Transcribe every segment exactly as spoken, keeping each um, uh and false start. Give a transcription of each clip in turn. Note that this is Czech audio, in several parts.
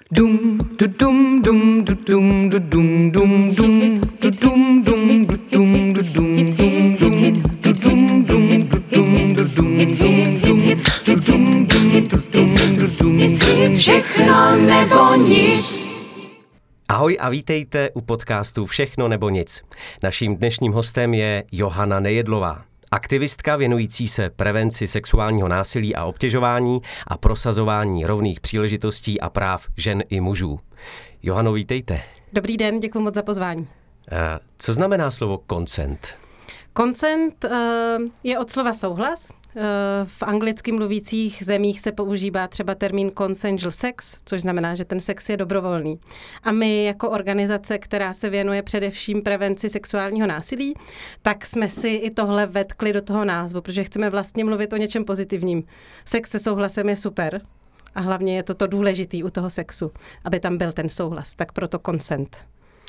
Dum du dum dum du dum du dum dum dum du dum dum du dum du dum dum dum du dum dum du dum du dum dum dum du dum dum du dum du dum dum všechno nebo nic. Ahoj a vítejte u podcastu Všechno nebo nic. Naším dnešním hostem je Johana Nejedlová. Aktivistka věnující se prevenci sexuálního násilí a obtěžování a prosazování rovných příležitostí a práv žen i mužů. Johano, vítejte. Dobrý den, děkuji moc za pozvání. Co znamená slovo consent? Consent je od slova souhlas. V anglicky mluvících zemích se používá třeba termín consensual sex, což znamená, že ten sex je dobrovolný. A my jako organizace, která se věnuje především prevenci sexuálního násilí, tak jsme si i tohle vetkli do toho názvu, protože chceme vlastně mluvit o něčem pozitivním. Sex se souhlasem je super a hlavně je to to důležitý u toho sexu, aby tam byl ten souhlas, tak proto consent.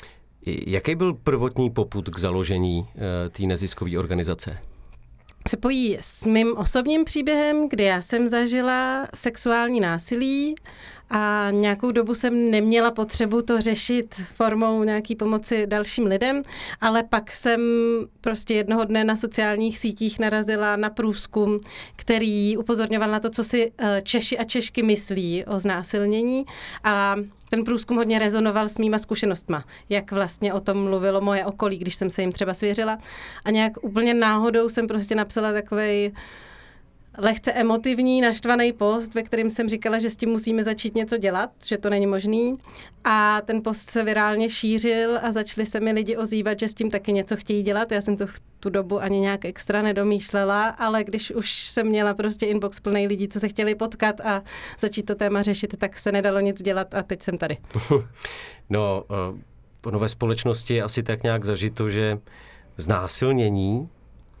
Jaký byl prvotní popud k založení uh, té neziskové organizace? Se pojí s mým osobním příběhem, kdy já jsem zažila sexuální násilí a nějakou dobu jsem neměla potřebu to řešit formou nějaký pomoci dalším lidem, ale pak jsem prostě jednoho dne na sociálních sítích narazila na průzkum, který upozorňoval na to, co si Češi a Češky myslí o znásilnění, a ten průzkum hodně rezonoval s mýma zkušenostma, jak vlastně o tom mluvilo moje okolí, když jsem se jim třeba svěřila. A nějak úplně náhodou jsem prostě napsala takovej lehce emotivní, naštvaný post, ve kterém jsem říkala, že s tím musíme začít něco dělat, že to není možný. A ten post se virálně šířil a začali se mi lidi ozývat, že s tím taky něco chtějí dělat. Já jsem to v tu dobu ani nějak extra nedomýšlela, ale když už jsem měla prostě inbox plný lidí, co se chtěli potkat a začít to téma řešit, tak se nedalo nic dělat a teď jsem tady. No, uh, ve společnosti je asi tak nějak zažito, že znásilnění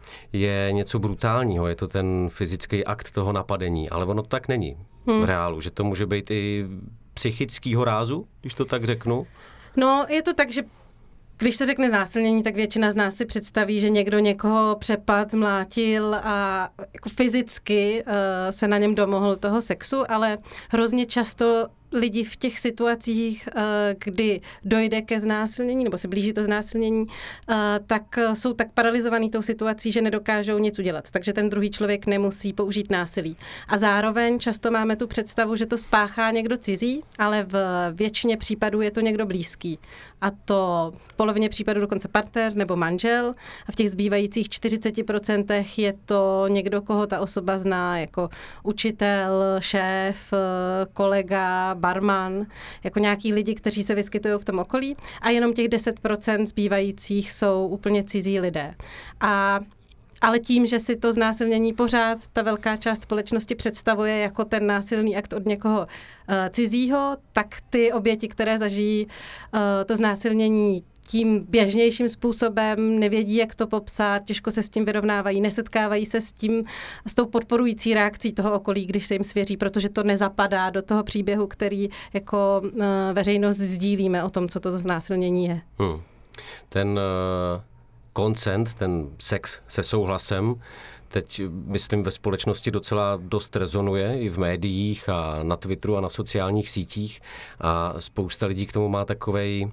je něco brutálního, je to ten fyzický akt toho napadení, ale ono to tak není hmm. v reálu, že to může být i psychického rázu, když to tak řeknu. No, je to tak, že když se řekne znásilnění, tak většina z nás si představí, že někdo někoho přepad, zmlátil a jako fyzicky uh, se na něm domohl toho sexu, ale hrozně často lidi v těch situacích, kdy dojde ke znásilnění nebo se blíží to znásilnění, tak jsou tak paralizovaný tou situací, že nedokážou nic udělat. Takže ten druhý člověk nemusí použít násilí. A zároveň často máme tu představu, že to spáchá někdo cizí, ale v většině případů je to někdo blízký. A to v polovině případů dokonce partner nebo manžel. A v těch zbývajících čtyřicet procent je to někdo, koho ta osoba zná, jako učitel, šéf, kolega, barman, jako nějaký lidi, kteří se vyskytují v tom okolí, a jenom těch deset procent zbývajících jsou úplně cizí lidé. A ale tím, že si to znásilnění pořád ta velká část společnosti představuje jako ten násilný akt od někoho uh, cizího, tak ty oběti, které zažijí uh, to znásilnění tím běžnějším způsobem, nevědí, jak to popsat, těžko se s tím vyrovnávají, nesetkávají se s tím, s tou podporující reakcí toho okolí, když se jim svěří, protože to nezapadá do toho příběhu, který jako uh, veřejnost sdílíme o tom, co to znásilnění je. Hmm. Ten uh, consent, ten sex se souhlasem, teď myslím ve společnosti docela dost rezonuje i v médiích a na Twitteru a na sociálních sítích, a spousta lidí k tomu má takovej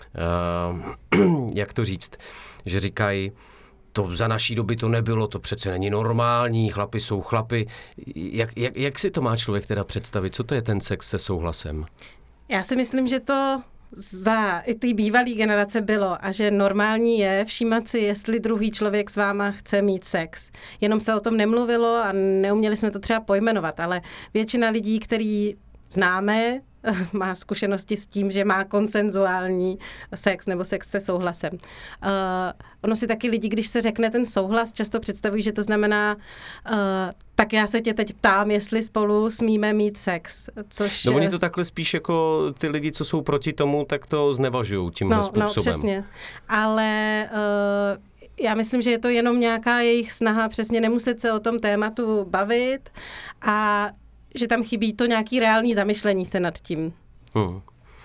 Uh, jak to říct, že říkají, to za naší doby to nebylo, to přece není normální, chlapi jsou chlapi. Jak, jak, jak si to má člověk teda představit? Co to je ten sex se souhlasem? Já si myslím, že to za i ty bývalý generace bylo a že normální je všímat si, jestli druhý člověk s váma chce mít sex. Jenom se o tom nemluvilo a neuměli jsme to třeba pojmenovat, ale většina lidí, který známe, má zkušenosti s tím, že má konsenzuální sex nebo sex se souhlasem. Uh, ono si taky lidi, když se řekne ten souhlas, často představují, že to znamená, uh, tak já se tě teď ptám, jestli spolu smíme mít sex. Což... No oni to takhle spíš jako ty lidi, co jsou proti tomu, tak to znevažují tímhle no, způsobem. No, přesně. Ale uh, já myslím, že je to jenom nějaká jejich snaha přesně nemuset se o tom tématu bavit a že tam chybí to nějaký reálný zamyšlení se nad tím. Hmm. Uh,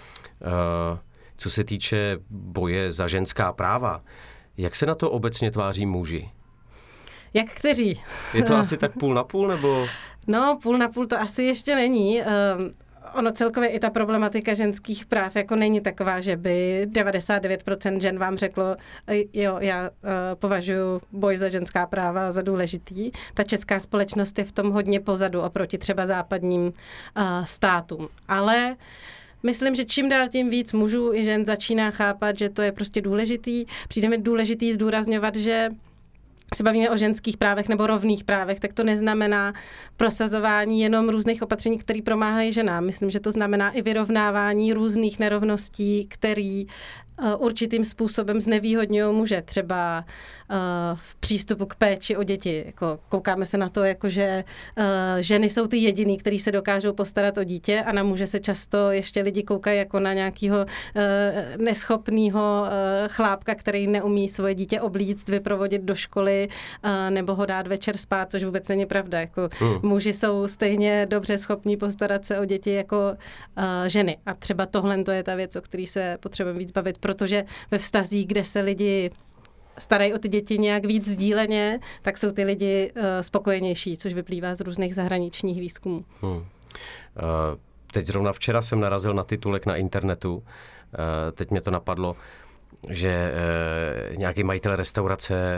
co se týče boje za ženská práva, jak se na to obecně tváří muži? Jak kteří? Je to asi tak půl na půl, nebo? No, půl na půl to asi ještě není. Uh, ono celkově i ta problematika ženských práv jako není taková, že by devadesát devět procent žen vám řeklo, jo, já uh, považuji boj za ženská práva za důležitý. Ta česká společnost je v tom hodně pozadu oproti třeba západním uh, státům. Ale myslím, že čím dál tím víc mužů i žen začíná chápat, že to je prostě důležitý. Přijde mi důležitý zdůrazňovat, že se bavíme o ženských právech nebo rovných právech, tak to neznamená prosazování jenom různých opatření, které pomáhají ženám. Myslím, že to znamená i vyrovnávání různých nerovností, který uh, určitým způsobem znevýhodňují muže. Třeba uh, v přístupu k péči o děti. Jako, koukáme se na to, jako, že uh, ženy jsou ty jediný, který se dokážou postarat o dítě a na muže se často ještě lidi koukají jako na nějakého uh, neschopného uh, chlápka, který neumí svoje dítě oblíct, vyprovodit do školy nebo ho dát večer spát, což vůbec není pravda. Jako mm. muži jsou stejně dobře schopní postarat se o děti jako uh, ženy. A třeba tohle to je ta věc, o který se potřebujeme víc bavit, protože ve vztazích, kde se lidi starají o ty děti nějak víc sdíleně, tak jsou ty lidi uh, spokojenější, což vyplývá z různých zahraničních výzkumů. Hmm. Uh, teď zrovna včera jsem narazil na titulek na internetu. Uh, teď mě to napadlo, že e, nějaký majitel restaurace e,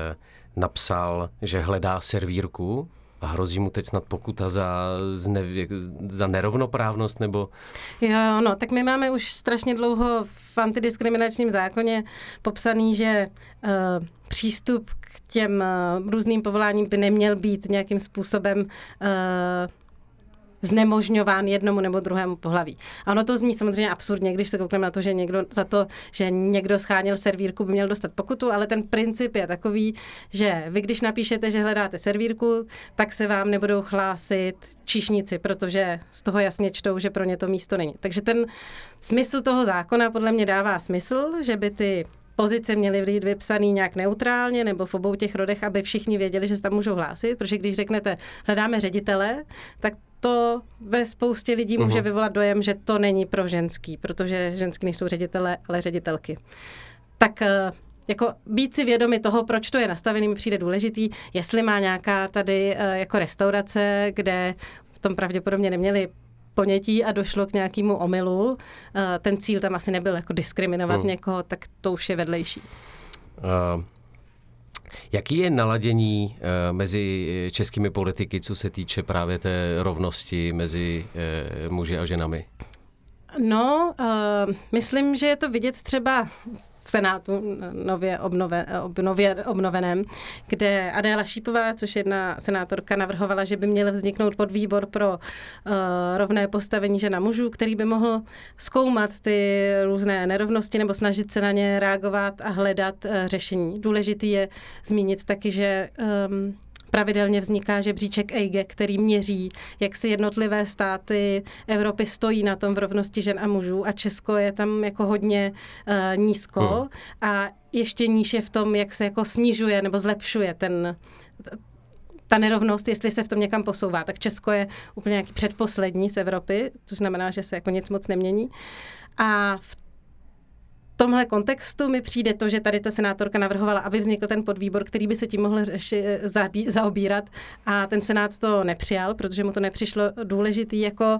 napsal, že hledá servírku a hrozí mu teď snad pokuta za, zne, za nerovnoprávnost, nebo... Jo, no, tak my máme už strašně dlouho v antidiskriminačním zákoně popsaný, že e, přístup k těm e, různým povoláním by neměl být nějakým způsobem e, znemožňován jednomu nebo druhému pohlaví. A ono to zní samozřejmě absurdně, když se koukneme na to, že někdo za to, že někdo scháněl servírku, by měl dostat pokutu, ale ten princip je takový, že vy, když napíšete, že hledáte servírku, tak se vám nebudou hlásit číšníci, protože z toho jasně čtou, že pro ně to místo není. Takže ten smysl toho zákona podle mě dává smysl, že by ty pozice měly být vypsaný nějak neutrálně nebo v obou těch rodech, aby všichni věděli, že se tam můžou hlásit, protože když řeknete, hledáme ředitele, tak to ve spoustě lidí může uh-huh. vyvolat dojem, že to není pro ženský, protože ženský nejsou ředitele, ale ředitelky. Tak jako být si vědomi toho, proč to je nastavený, mi přijde důležitý, jestli má nějaká tady jako restaurace, kde v tom pravděpodobně neměli ponětí a došlo k nějakému omylu, ten cíl tam asi nebyl jako diskriminovat hmm. někoho, tak to už je vedlejší. Uh, jaký je naladění uh, mezi českými politiky, co se týče právě té rovnosti mezi uh, muži a ženami? No, uh, myslím, že je to vidět třeba v Senátu nově, obnove, obnově, obnoveném, kde Adéla Šípová, což jedna senátorka, navrhovala, že by měl vzniknout podvýbor pro uh, rovné postavení žen a mužů, který by mohl zkoumat ty různé nerovnosti nebo snažit se na ně reagovat a hledat uh, řešení. Důležitý je zmínit taky, že um, pravidelně vzniká žebříček E I G E, který měří, jak si jednotlivé státy Evropy stojí na tom v rovnosti žen a mužů a Česko je tam jako hodně uh, nízko hmm. a ještě níž je v tom, jak se jako snižuje nebo zlepšuje ten, ta nerovnost, jestli se v tom někam posouvá. Tak Česko je úplně nějaký předposlední z Evropy, což znamená, že se jako nic moc nemění. A v V tomhle kontextu mi přijde to, že tady ta senátorka navrhovala, aby vznikl ten podvýbor, který by se tím mohl řeši, zabí, zaobírat a ten senát to nepřijal, protože mu to nepřišlo důležitý jako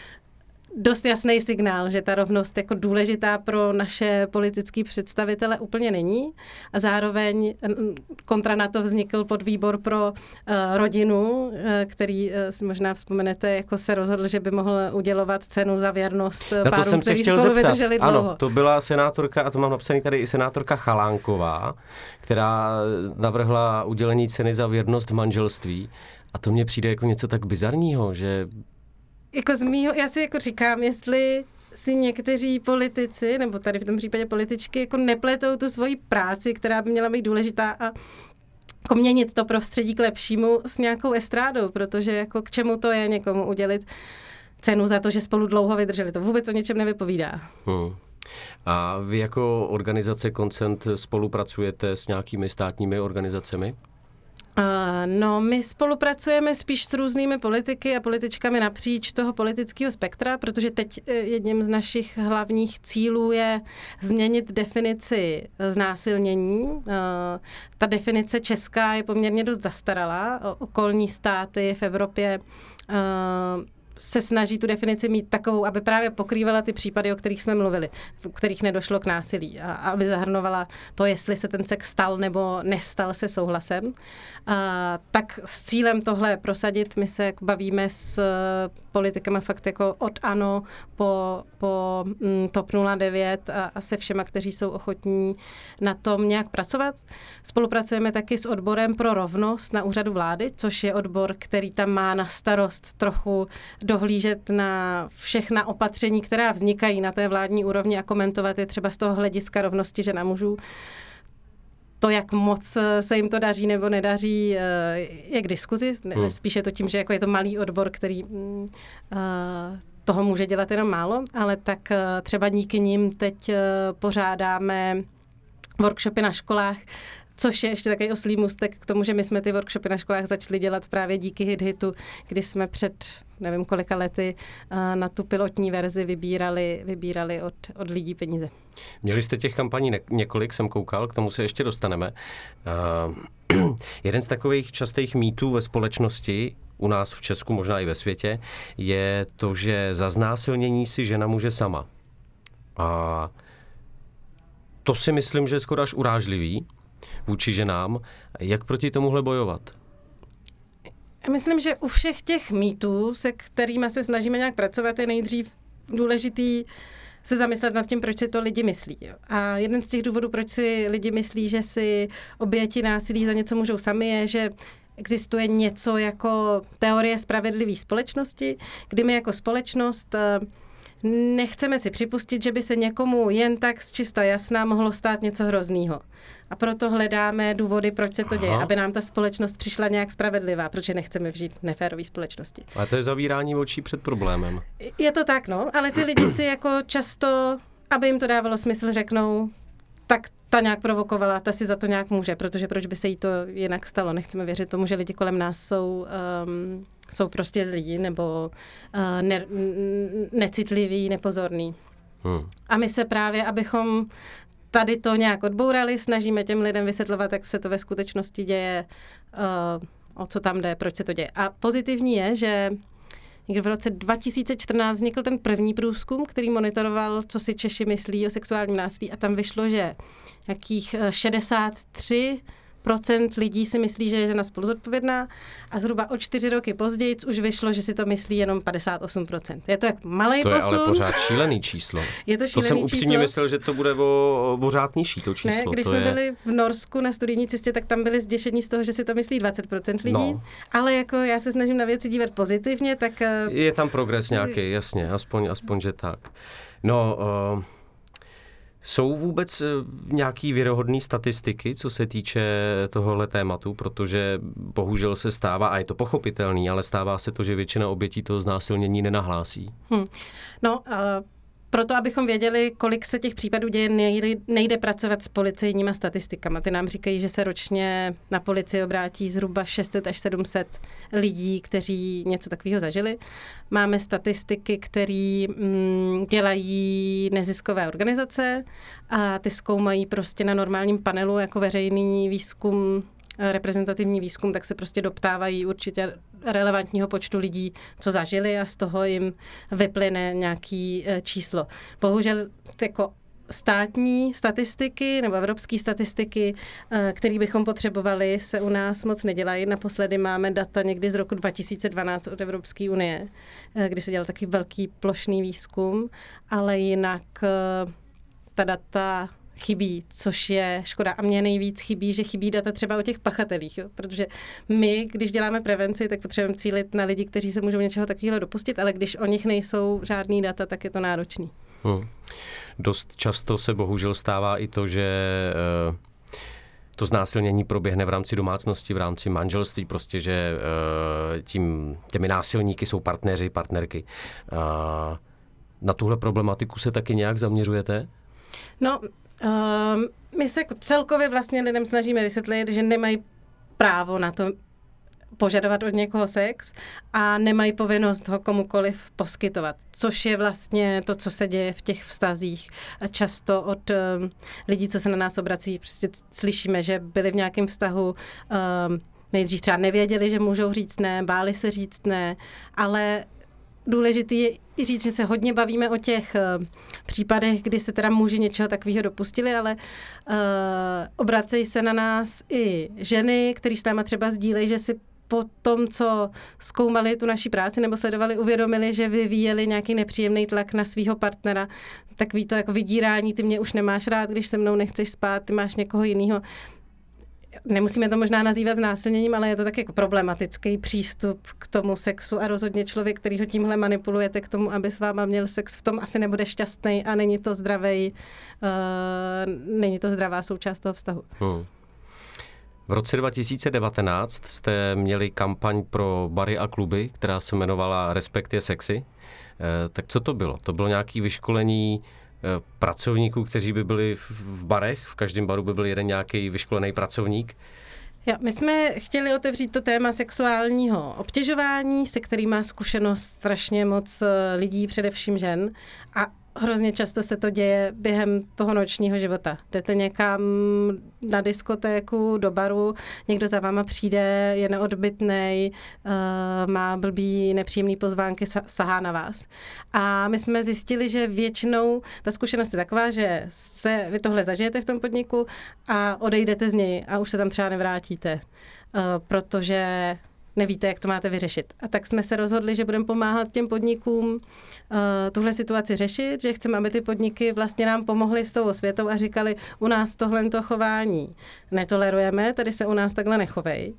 dost jasný signál, že ta rovnost jako důležitá pro naše politické představitele úplně není a zároveň kontra na to vznikl podvýbor pro uh, rodinu, uh, který uh, si možná vzpomenete, jako se rozhodl, že by mohl udělovat cenu za věrnost na párům, kteří spolu zeptat. vydrželi dlouho. Ano, to byla senátorka, a to mám napsaný tady i senátorka Chalánková, která navrhla udělení ceny za věrnost v manželství a to mně přijde jako něco tak bizarního, že Jako z mýho, já si jako říkám, jestli si někteří politici, nebo tady v tom případě političky, jako nepletou tu svoji práci, která by měla být důležitá a jako měnit to prostředí k lepšímu s nějakou estrádou, protože jako k čemu to je někomu udělit cenu za to, že spolu dlouho vydrželi. To vůbec o něčem nevypovídá. Hmm. A vy jako organizace Consent spolupracujete s nějakými státními organizacemi? Uh, no, my spolupracujeme spíš s různými politiky a političkami napříč toho politického spektra, protože teď jedním z našich hlavních cílů je změnit definici znásilnění. Uh, ta definice česká je poměrně dost zastaralá. Okolní státy v Evropě uh, se snaží tu definici mít takovou, aby právě pokrývala ty případy, o kterých jsme mluvili, v kterých nedošlo k násilí a aby zahrnovala to, jestli se ten sex stal nebo nestal se souhlasem. A, tak s cílem tohle prosadit, my se bavíme s politikama fakt jako od ANO po, po mm, TOP nula devět a, a se všema, kteří jsou ochotní na tom nějak pracovat. Spolupracujeme taky s odborem pro rovnost na úřadu vlády, což je odbor, který tam má na starost trochu dohlížet na všechna opatření, která vznikají na té vládní úrovni a komentovat je třeba z toho hlediska rovnosti žen a mužů. To, jak moc se jim to daří nebo nedaří, je k diskuzi. Hmm. Spíše to tím, že jako je to malý odbor, který uh, toho může dělat jenom málo, ale tak uh, třeba díky nim teď uh, pořádáme workshopy na školách, což je ještě takový oslý můstek k tomu, že my jsme ty workshopy na školách začali dělat právě díky HitHitu, kdy jsme před nevím kolika lety uh, na tu pilotní verzi vybírali, vybírali od, od lidí peníze. Měli jste těch kampaní ne- několik, jsem koukal, k tomu se ještě dostaneme. Uh, jeden z takových častých mýtů ve společnosti, u nás v Česku, možná i ve světě, je to, že za znásilnění si žena může sama. A to si myslím, že je skoro až urážlivý vůči ženám. Jak proti tomuhle bojovat? Myslím, že u všech těch mýtů, se kterými se snažíme nějak pracovat, je nejdřív důležitý se zamyslet nad tím, proč si to lidi myslí. A jeden z těch důvodů, proč si lidi myslí, že si oběti násilí za něco můžou sami, je, že existuje něco jako teorie spravedlivé společnosti, kdy my jako společnost nechceme si připustit, že by se někomu jen tak z čista jasná mohlo stát něco hroznýho. A proto hledáme důvody, proč se to Aha. děje, aby nám ta společnost přišla nějak spravedlivá, protože nechceme žít v neférové společnosti. A to je zavírání očí před problémem. Je to tak, no, ale ty lidi si jako často, aby jim to dávalo smysl, řeknou, tak ta nějak provokovala, ta si za to nějak může, protože proč by se jí to jinak stalo. Nechceme věřit tomu, že lidi kolem nás jsou... Um, jsou prostě zlí nebo uh, ne, necitliví, nepozorní. Hmm. A my se právě, abychom tady to nějak odbourali, snažíme těm lidem vysvětlovat, jak se to ve skutečnosti děje, uh, o co tam jde, proč se to děje. A pozitivní je, že někdy v roce dva tisíce čtrnáct vznikl ten první průzkum, který monitoroval, co si Češi myslí o sexuálním násilí a tam vyšlo, že jakých šedesát tři procent lidí si myslí, že je žena spoluzodpovědná a zhruba o čtyři roky později už vyšlo, že si to myslí jenom padesát osm procent. Je to jak malej posun. To je ale pořád šílený číslo. Je to šílený To jsem upřímně číslo. myslel, že to bude o, o řád nižší to číslo. Ne, když to jsme je... byli v Norsku na studijní cestě, tak tam byli zděšení z toho, že si to myslí dvacet procent lidí. No. Ale jako já se snažím na věci dívat pozitivně, tak... Je tam progres nějaký, jasně, aspoň, aspoň že tak. No... Uh... Jsou vůbec nějaký věrohodné statistiky, co se týče tohohle tématu, protože bohužel se stává, a je to pochopitelný, ale stává se to, že většina obětí toho znásilnění nenahlásí. Hmm. No, uh... Proto, abychom věděli, kolik se těch případů děje, nejde, nejde pracovat s policejníma statistikama. Ty nám říkají, že se ročně na policii obrátí zhruba šest set až sedm set lidí, kteří něco takového zažili. Máme statistiky, které mm, dělají neziskové organizace a ty zkoumají prostě na normálním panelu jako veřejný výzkum, reprezentativní výzkum, tak se prostě doptávají určitě relevantního počtu lidí, co zažili a z toho jim vyplyne nějaký číslo. Bohužel jako státní statistiky nebo evropské statistiky, které bychom potřebovali, se u nás moc nedělají. Naposledy máme data někdy z roku dva tisíce dvanáct od Evropské unie, kdy se dělal takový velký plošný výzkum, ale jinak ta data chybí, což je škoda. A mně nejvíc chybí, že chybí data třeba o těch pachatelích, jo? Protože my, když děláme prevenci, tak potřebujeme cílit na lidi, kteří se můžou něčeho takového dopustit, ale když o nich nejsou žádný data, tak je to náročný. Hmm. Dost často se bohužel stává i to, že uh, to znásilnění proběhne v rámci domácnosti, v rámci manželství, prostě, že uh, tím, těmi násilníky jsou partneři, partnerky. Uh, na tuhle problematiku se taky nějak zaměřujete? No, Um, my se celkově vlastně lidem snažíme vysvětlit, že nemají právo na to požadovat od někoho sex a nemají povinnost ho komukoliv poskytovat, což je vlastně to, co se děje v těch vztazích. A často od um, lidí, co se na nás obrací, prostě slyšíme, že byli v nějakém vztahu, um, nejdřív třeba nevěděli, že můžou říct ne, báli se říct ne, ale důležité je i říct, že se hodně bavíme o těch uh, případech, kdy se teda muži něčeho takového dopustili, ale uh, obracejí se na nás i ženy, který s náma třeba sdílejí, že si po tom, co zkoumali tu naši práci nebo sledovali, uvědomili, že vyvíjeli nějaký nepříjemný tlak na svého partnera. Takový to jako vydírání, ty mě už nemáš rád, když se mnou nechceš spát, ty máš někoho jiného. Nemusíme to možná nazývat znásilněním, ale je to tak jako problematický přístup k tomu sexu a rozhodně člověk, který ho tímhle manipulujete k tomu, aby s váma měl sex, v tom asi nebude šťastný a není to zdravej, uh, není to zdravá součást toho vztahu. Hmm. V roce dva tisíce devatenáct jste měli kampaň pro bary a kluby, která se jmenovala Respekt je sexy. E, tak co to bylo? To bylo nějaké vyškolení e, pracovníků, kteří by byli v barech? V každém baru by byl jeden nějaký vyškolený pracovník? Jo, my jsme chtěli otevřít to téma sexuálního obtěžování, se kterým má zkušenost strašně moc lidí, především žen. A hrozně často se to děje během toho nočního života. Jdete někam na diskotéku, do baru, někdo za váma přijde, je neodbytnej, uh, má blbý, nepříjemný pozvánky, sahá na vás. A my jsme zjistili, že většinou ta zkušenost je taková, že se, vy tohle zažijete v tom podniku a odejdete z něj a už se tam třeba nevrátíte, uh, protože nevíte, jak to máte vyřešit. A tak jsme se rozhodli, že budeme pomáhat těm podnikům uh, tuhle situaci řešit, že chceme, aby ty podniky vlastně nám pomohly s tou osvětou a říkali, u nás tohle chování netolerujeme, tady se u nás takhle nechovej.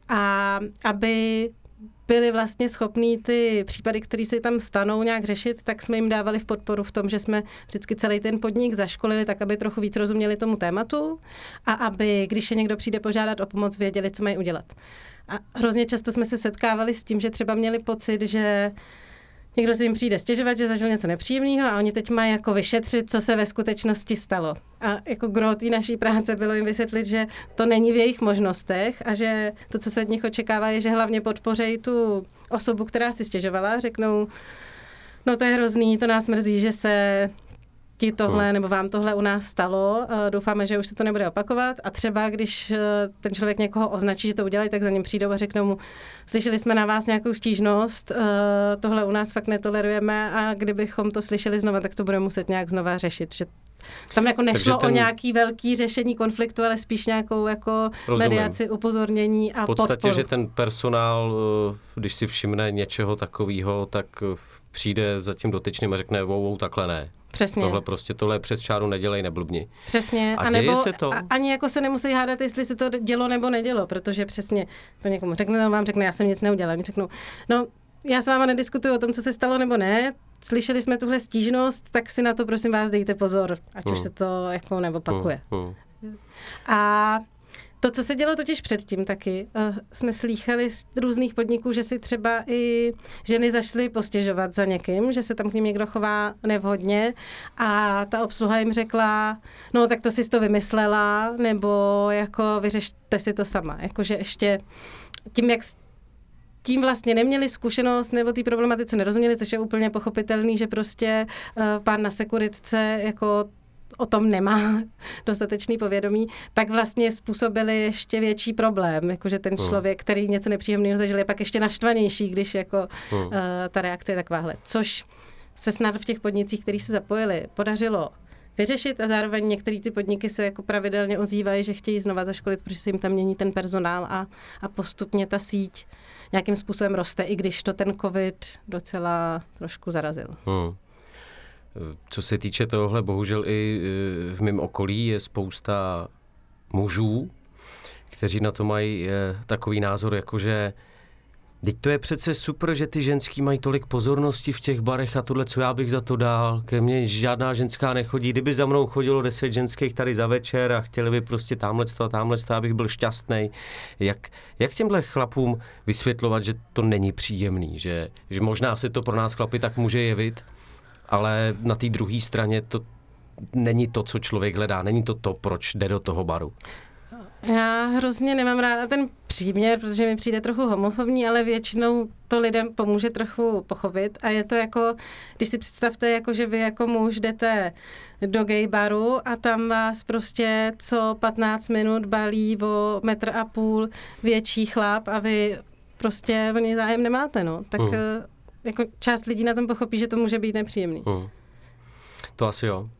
A aby byli vlastně schopní ty případy, které se tam stanou, nějak řešit, tak jsme jim dávali v podporu v tom, že jsme vždycky celý ten podnik zaškolili tak, aby trochu víc rozuměli tomu tématu a aby, když je někdo přijde požádat o pomoc, věděli, co mají udělat. A hrozně často jsme se setkávali s tím, že třeba měli pocit, že někdo si jim přijde stěžovat, že zažil něco nepříjemného a oni teď mají jako vyšetřit, co se ve skutečnosti stalo. A jako gro té naší práce bylo jim vysvětlit, že to není v jejich možnostech a že to, co se od nich očekává, je, že hlavně podpořejí tu osobu, která si stěžovala, řeknou, no to je hrozný, to nás mrzí, že se ti tohle nebo vám tohle u nás stalo. Doufáme, že už se to nebude opakovat. A třeba, když ten člověk někoho označí, že to udělají, tak za ním přijdou a řeknou mu, slyšeli jsme na vás nějakou stížnost, tohle u nás fakt netolerujeme a kdybychom to slyšeli znova, tak to budeme muset nějak znova řešit. Že tam jako nešlo ten, o nějaký velký řešení konfliktu, ale spíš nějakou jako rozumím. mediaci, upozornění a podporu. V podstatě, podporu. Že ten personál, když si všimne něčeho takového, tak přijde za tím dotyčným a řekne, wow, wow, takhle ne. Přesně. Tohle prostě, tohle přes čáru nedělej, neblbni. Přesně. A, a děje nebo, se to? A, ani jako se nemusí hádat, jestli se to dělo nebo nedělo, protože přesně to někomu řekne, vám řekne, já jsem nic neudělala. Mi řeknu, no, já s váma nediskutuju o tom, co se stalo nebo ne, slyšeli jsme tuhle stížnost, tak si na to prosím vás dejte pozor, ať hmm. už se to jako neopakuje. Hmm. Hmm. A to, co se dělo totiž předtím taky, uh, jsme slýchali z různých podniků, že si třeba i ženy zašly postěžovat za někým, že se tam k ním někdo chová nevhodně a ta obsluha jim řekla, no tak to jsi to vymyslela, nebo jako vyřešte si to sama. Jakože ještě tím, jak tím vlastně neměli zkušenost nebo té problematice nerozuměli, což je úplně pochopitelný, že prostě uh, pán na sekuritce jako o tom nemá dostatečný povědomí, tak vlastně způsobili ještě větší problém, jakože ten člověk, který něco nepříjemného zažil, je pak ještě naštvanější, když jako hmm. uh, ta reakce je takováhle. Což se snad v těch podnicích, kterých se zapojili, podařilo vyřešit a zároveň některé ty podniky se jako pravidelně ozývají, že chtějí znova zaškolit, protože se jim tam mění ten personál a, a postupně ta síť nějakým způsobem roste, i když to ten covid docela trošku zarazil. Hmm. Co se týče tohohle, bohužel i v mém okolí je spousta mužů, kteří na to mají takový názor, jakože teď to je přece super, že ty ženský mají tolik pozornosti v těch barech a tohle, co já bych za to dal. Ke mně žádná ženská nechodí. Kdyby za mnou chodilo deset ženských tady za večer a chtěli by prostě támhleto a támhleto, abych byl šťastný. Jak, jak těmhle chlapům vysvětlovat, že to není příjemný, že, že možná se to pro nás chlapi tak může jevit, ale na té druhé straně to není to, co člověk hledá, není to to, proč jde do toho baru. Já hrozně nemám ráda ten příměr, protože mi přijde trochu homofobní, ale většinou to lidem pomůže trochu pochopit a je to jako, když si představte, jako, že vy jako muž jdete do gay baru a tam vás prostě co patnáct minut balí o metr a půl větší chlap a vy prostě o něj zájem nemáte, no, tak... Hmm. jako část lidí na tom pochopí, že to může být nepříjemný. Hmm. To asi jo. Uh,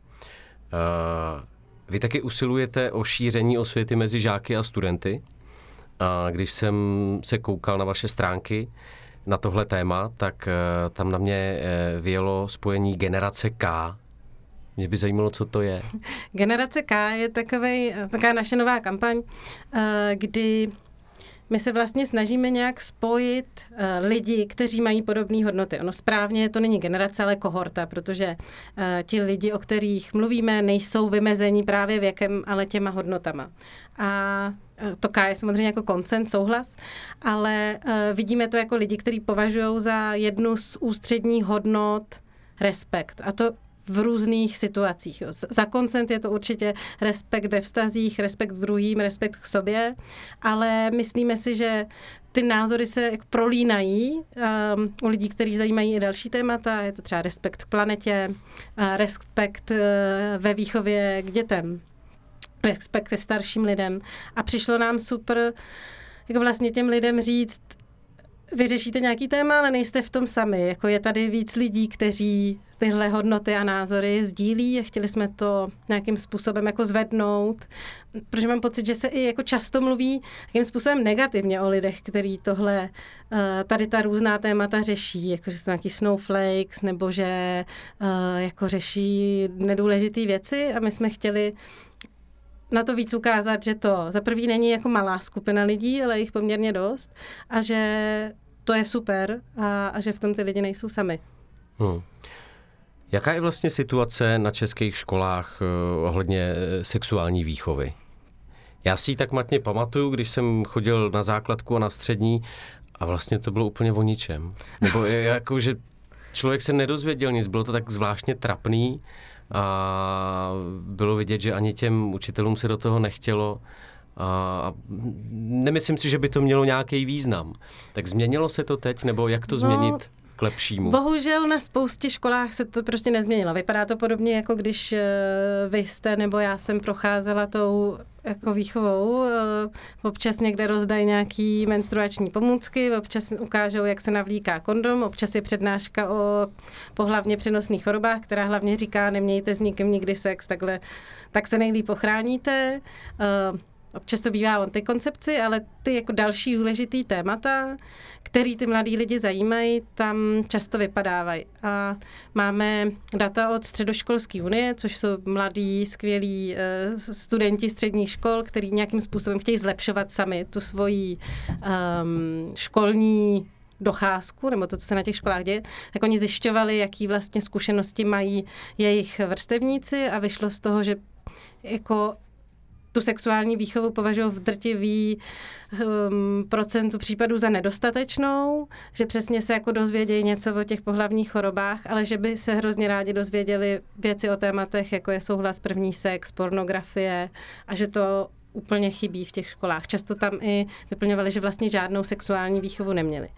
vy taky usilujete o šíření osvěty mezi žáky a studenty. A když jsem se koukal na vaše stránky na tohle téma, tak uh, tam na mě uh, vyjelo spojení Generace K. Mě by zajímalo, co to je. Generace K je takovej, taková naše nová kampaň, uh, kdy my se vlastně snažíme nějak spojit uh, lidi, kteří mají podobné hodnoty. Ono správně to není generace, ale kohorta, protože uh, ti lidi, o kterých mluvíme, nejsou vymezení právě věkem, ale těma hodnotama. A uh, to K je samozřejmě jako koncent, souhlas, ale uh, vidíme to jako lidi, kteří považují za jednu z ústředních hodnot respekt. A to v různých situacích. Jo. Za koncent je to určitě respekt ve vztazích, respekt s druhým, respekt k sobě, ale myslíme si, že ty názory se prolínají um, u lidí, kteří zajímají i další témata. Je to třeba respekt k planetě, uh, respekt uh, ve výchově k dětem, respekt ke starším lidem. A přišlo nám super jako vlastně těm lidem říct, vy řešíte nějaký téma, ale nejste v tom sami. Jako je tady víc lidí, kteří tyhle hodnoty a názory sdílí a chtěli jsme to nějakým způsobem jako zvednout, protože mám pocit, že se i jako často mluví nějakým způsobem negativně o lidech, kteří tohle, tady ta různá témata řeší, jako že jsou nějaký snowflakes, nebo že jako řeší nedůležité věci a my jsme chtěli na to víc ukázat, že to za prvý není jako malá skupina lidí, ale jich poměrně dost a že to je super a, a že v tom ty lidi nejsou sami. Hmm. Jaká je vlastně situace na českých školách uh, ohledně sexuální výchovy? Já si ji tak matně pamatuju, když jsem chodil na základku a na střední a vlastně to bylo úplně o ničem. Nebo jako, že člověk se nedozvěděl nic, bylo to tak zvláštně trapný a bylo vidět, že ani těm učitelům se do toho nechtělo a nemyslím si, že by to mělo nějaký význam. Tak změnilo se to teď, nebo jak to no, změnit k lepšímu? Bohužel na spoustě školách se to prostě nezměnilo. Vypadá to podobně, jako když vy jste nebo já jsem procházela tou jako výchovou. Občas někde rozdají nějaký menstruační pomůcky, občas ukážou, jak se navlíká kondom, občas je přednáška o pohlavně přenosných chorobách, která hlavně říká, nemějte s nikým nikdy sex, takhle, tak se nejlíp ochráníte. Občas to bývá o antikoncepci, ale ty jako další důležitý témata, který ty mladí lidi zajímají, tam často vypadávají. A máme data od Středoškolské unie, což jsou mladí, skvělí uh, studenti středních škol, který nějakým způsobem chtějí zlepšovat sami tu svoji um, školní docházku, nebo to, co se na těch školách děje, tak oni zjišťovali, jaký vlastně zkušenosti mají jejich vrstevníci a vyšlo z toho, že jako tu sexuální výchovu považují v drtivý um, procentu případů za nedostatečnou, že přesně se jako dozvědějí něco o těch pohlavních chorobách, ale že by se hrozně rádi dozvěděli věci o tématech, jako je souhlas, první sex, pornografie a že to úplně chybí v těch školách. Často tam i vyplňovali, že vlastně žádnou sexuální výchovu neměli.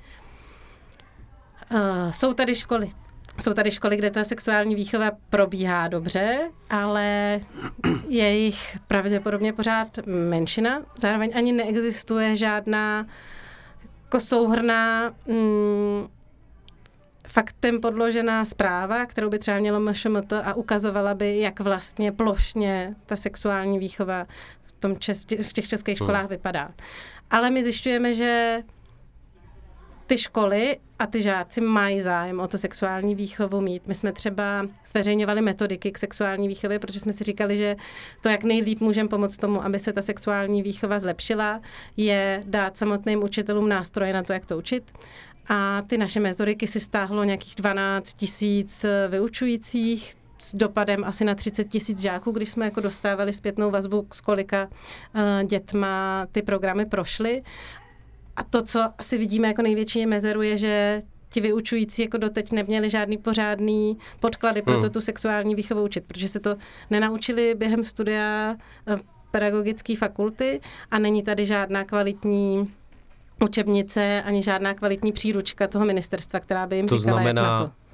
Uh, jsou tady školy. Jsou tady školy, kde ta sexuální výchova probíhá dobře, ale je jich pravděpodobně pořád menšina. Zároveň ani neexistuje žádná jako souhrnná mm, faktem podložená zpráva, kterou by třeba mělo M Š M T a ukazovala by, jak vlastně plošně ta sexuální výchova v, tom čes- v těch českých školách hmm. vypadá. Ale my zjišťujeme, že ty školy a ty žáci mají zájem o to sexuální výchovu mít. My jsme třeba zveřejňovali metodiky k sexuální výchově, protože jsme si říkali, že to, jak nejlíp můžeme pomoct tomu, aby se ta sexuální výchova zlepšila, je dát samotným učitelům nástroje na to, jak to učit. A ty naše metodiky si stáhlo nějakých dvanáct tisíc vyučujících, s dopadem asi na třicet tisíc žáků, když jsme jako dostávali zpětnou vazbu, s kolika uh, dětma ty programy prošly. A to, co asi vidíme jako největší mezeru, je, že ti vyučující jako doteď neměli žádný pořádný podklady pro to hmm. tu sexuální výchovu učit, protože se to nenaučili během studia pedagogické fakulty a není tady žádná kvalitní učebnice ani žádná kvalitní příručka toho ministerstva, která by jim to říkala, znamená, jak na to.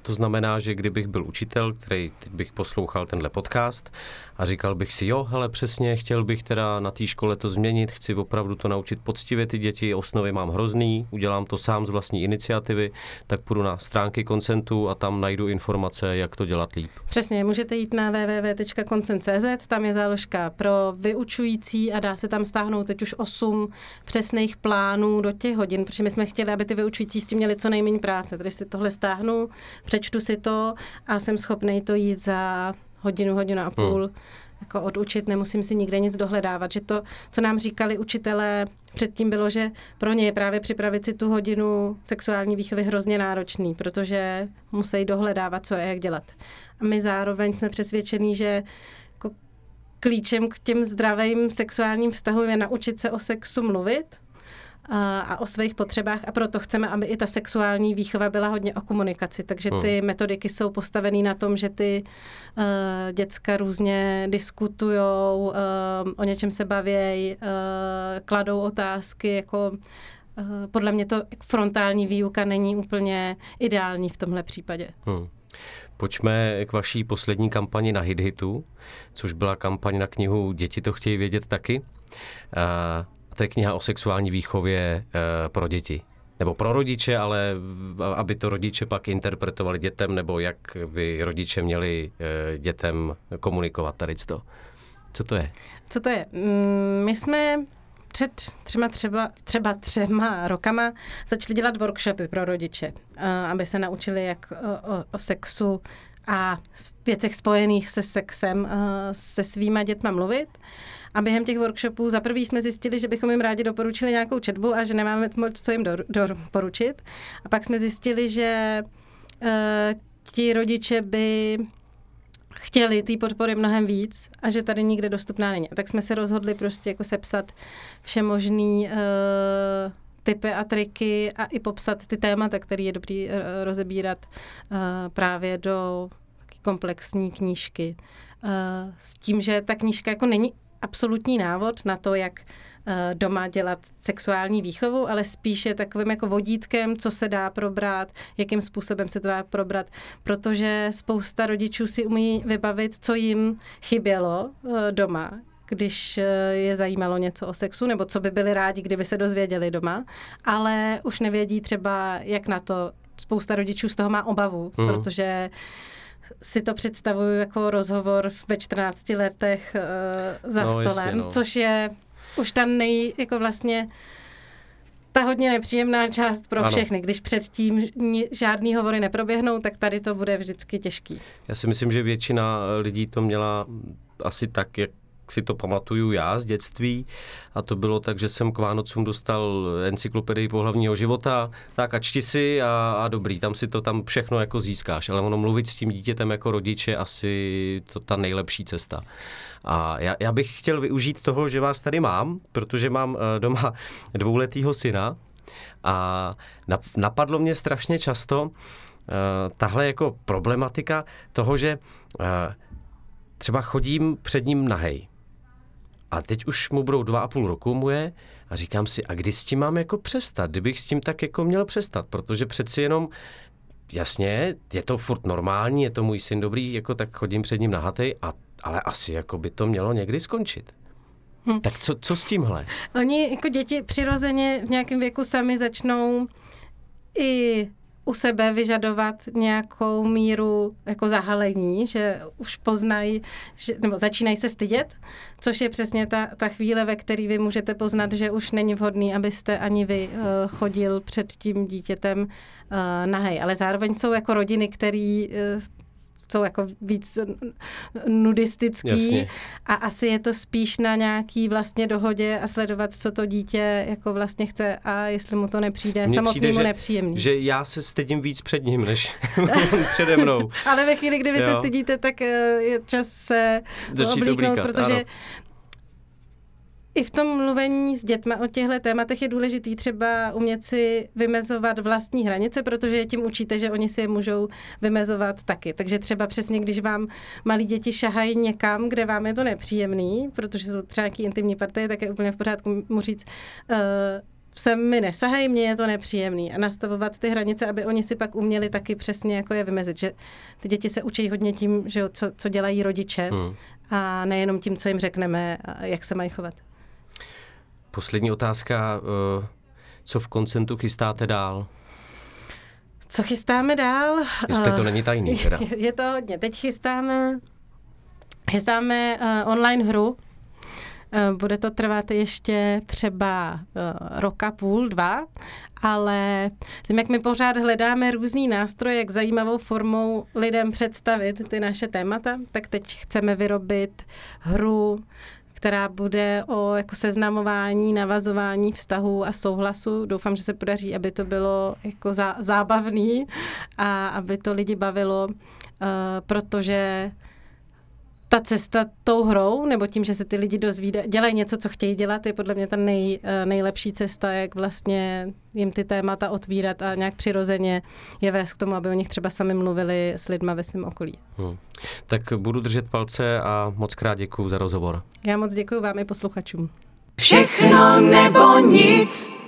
to znamená, že kdybych byl učitel, který teď bych poslouchal tenhle podcast a říkal bych si, jo, hele, přesně, chtěl bych teda na té škole to změnit, chci opravdu to naučit poctivě ty děti, osnovy mám hrozný, udělám to sám z vlastní iniciativy, tak půjdu na stránky Koncentu a tam najdu informace, jak to dělat líp. Přesně, můžete jít na w w w tečka koncent tečka c z, tam je záložka pro vyučující a dá se tam stáhnout teď už osm přesných plánů do těch hodin, protože my jsme chtěli, aby ty vyučující s tím měli co nejméně práce. Když si tohle stáhnu, přečtu si to a jsem schopnej to jít za hodinu, hodinu a půl hmm. jako odučit, nemusím si nikde nic dohledávat. Že to, co nám říkali učitelé předtím, bylo, že pro ně je právě připravit si tu hodinu sexuální výchovy hrozně náročný, protože musí dohledávat, co je, jak dělat. A my zároveň jsme přesvědčení, že jako klíčem k těm zdravým sexuálním vztahům je naučit se o sexu mluvit a, a o svých potřebách a proto chceme, aby i ta sexuální výchova byla hodně o komunikaci. Takže ty hmm. metodiky jsou postavený na tom, že ty uh, děcka různě diskutujou, uh, o něčem se bavějí, uh, kladou otázky, jako uh, podle mě to frontální výuka není úplně ideální v tomhle případě. Hmm. Pojďme k vaší poslední kampani na HitHitu, což byla kampaň na knihu Děti to chtějí vědět taky. Uh, To je kniha o sexuální výchově e, pro děti. Nebo pro rodiče, ale aby to rodiče pak interpretovali dětem, nebo jak by rodiče měli e, dětem komunikovat tady to. Co to je? Co to je? My jsme před třema, třeba, třeba třema rokama začali dělat workshopy pro rodiče, aby se naučili, jak o, o, o sexu a věcech spojených se sexem se svýma dětma mluvit. A během těch workshopů za prvý jsme zjistili, že bychom jim rádi doporučili nějakou četbu a že nemáme moc co jim do, doporučit. A pak jsme zjistili, že uh, ti rodiče by chtěli té podpory mnohem víc a že tady nikde dostupná není. A tak jsme se rozhodli prostě jako sepsat všemožný uh, tipy a triky a i popsat ty témata, které je dobrý uh, rozebírat uh, právě do komplexní knížky. Uh, s tím, že ta knížka jako není absolutní návod na to, jak uh, doma dělat sexuální výchovu, ale spíše takovým jako vodítkem, co se dá probrat, jakým způsobem se to dá probrat, protože spousta rodičů si umí vybavit, co jim chybělo uh, doma, když uh, je zajímalo něco o sexu, nebo co by byli rádi, kdyby se dozvěděli doma, ale už nevědí třeba, jak na to. Spousta rodičů z toho má obavu, mm. protože si to představuju jako rozhovor ve čtrnácti letech uh, za no, stolem, jasně, no. Což je už tam nej, jako vlastně ta hodně nepříjemná část pro ano. všechny. Když předtím žádný hovory neproběhnou, tak tady to bude vždycky těžký. Já si myslím, že většina lidí to měla asi tak, jak si to pamatuju já z dětství a to bylo tak, že jsem k Vánocům dostal encyklopedii pohlavního života, tak a čti si a, a dobrý, tam si to tam všechno jako získáš, ale ono mluvit s tím dítětem jako rodiče asi to ta nejlepší cesta. A já, já bych chtěl využít toho, že vás tady mám, protože mám doma dvouletýho syna a napadlo mě strašně často uh, tahle jako problematika toho, že uh, třeba chodím před ním nahej. A teď už mu budou dva a půl roku mu je a říkám si, a kdy s tím mám jako přestat? Kdybych s tím tak jako měl přestat, protože přeci jenom, jasně, je to furt normální, je to můj syn dobrý, jako tak chodím před ním nahatej, a, ale asi jako by to mělo někdy skončit. Hm. Tak co, co s tímhle? Oni jako děti přirozeně v nějakém věku sami začnou i u sebe vyžadovat nějakou míru jako zahalení, že už poznají, že, nebo začínají se stydět, což je přesně ta, ta chvíle, ve které vy můžete poznat, že už není vhodný, abyste ani vy uh, chodil před tím dítětem uh, nahej. Ale zároveň jsou jako rodiny, které uh, jsou jako víc nudistický. Jasně. A asi je to spíš na nějaký vlastně dohodě a sledovat, co to dítě jako vlastně chce a jestli mu to nepřijde samotnému nepříjemný. Že já se stydím víc před ním, než přede mnou. Ale ve chvíli, kdy vy jo. se stydíte, tak je čas se oblíknout, protože ano. i v tom mluvení s dětma o těchto tématech je důležitý třeba umět si vymezovat vlastní hranice, protože tím učíte, že oni si je můžou vymezovat taky. Takže třeba přesně, když vám malí děti šahají někam, kde vám je to nepříjemný, protože jsou třeba nějaký intimní partie, tak je úplně v pořádku mu říct, uh, sem mi nesahej, mně je to nepříjemný. A nastavovat ty hranice, aby oni si pak uměli taky přesně jako je vymezit. Že ty děti se učí hodně tím, že jo, co, co dělají rodiče hmm. a nejenom tím, co jim řekneme, jak se mají chovat. Poslední otázka. Co v Konsentu chystáte dál? Co chystáme dál? Jestli to není tajný teda. Je to hodně. Teď chystáme, chystáme uh, online hru. Uh, bude to trvat ještě třeba uh, roka půl, dva, ale tím, jak my pořád hledáme různý nástroje, jak zajímavou formou lidem představit ty naše témata, tak teď chceme vyrobit hru, která bude o jako seznamování, navazování vztahů a souhlasu. Doufám, že se podaří, aby to bylo jako zá, zábavný a aby to lidi bavilo, uh, protože ta cesta tou hrou, nebo tím, že se ty lidi dozvídají, dělají něco, co chtějí dělat, je podle mě ta nej, nejlepší cesta, jak vlastně jim ty témata otvírat a nějak přirozeně je vést k tomu, aby o nich třeba sami mluvili s lidma ve svém okolí. Hmm. Tak budu držet palce a moc krát děkuju za rozhovor. Já moc děkuju vám i posluchačům. Všechno nebo nic.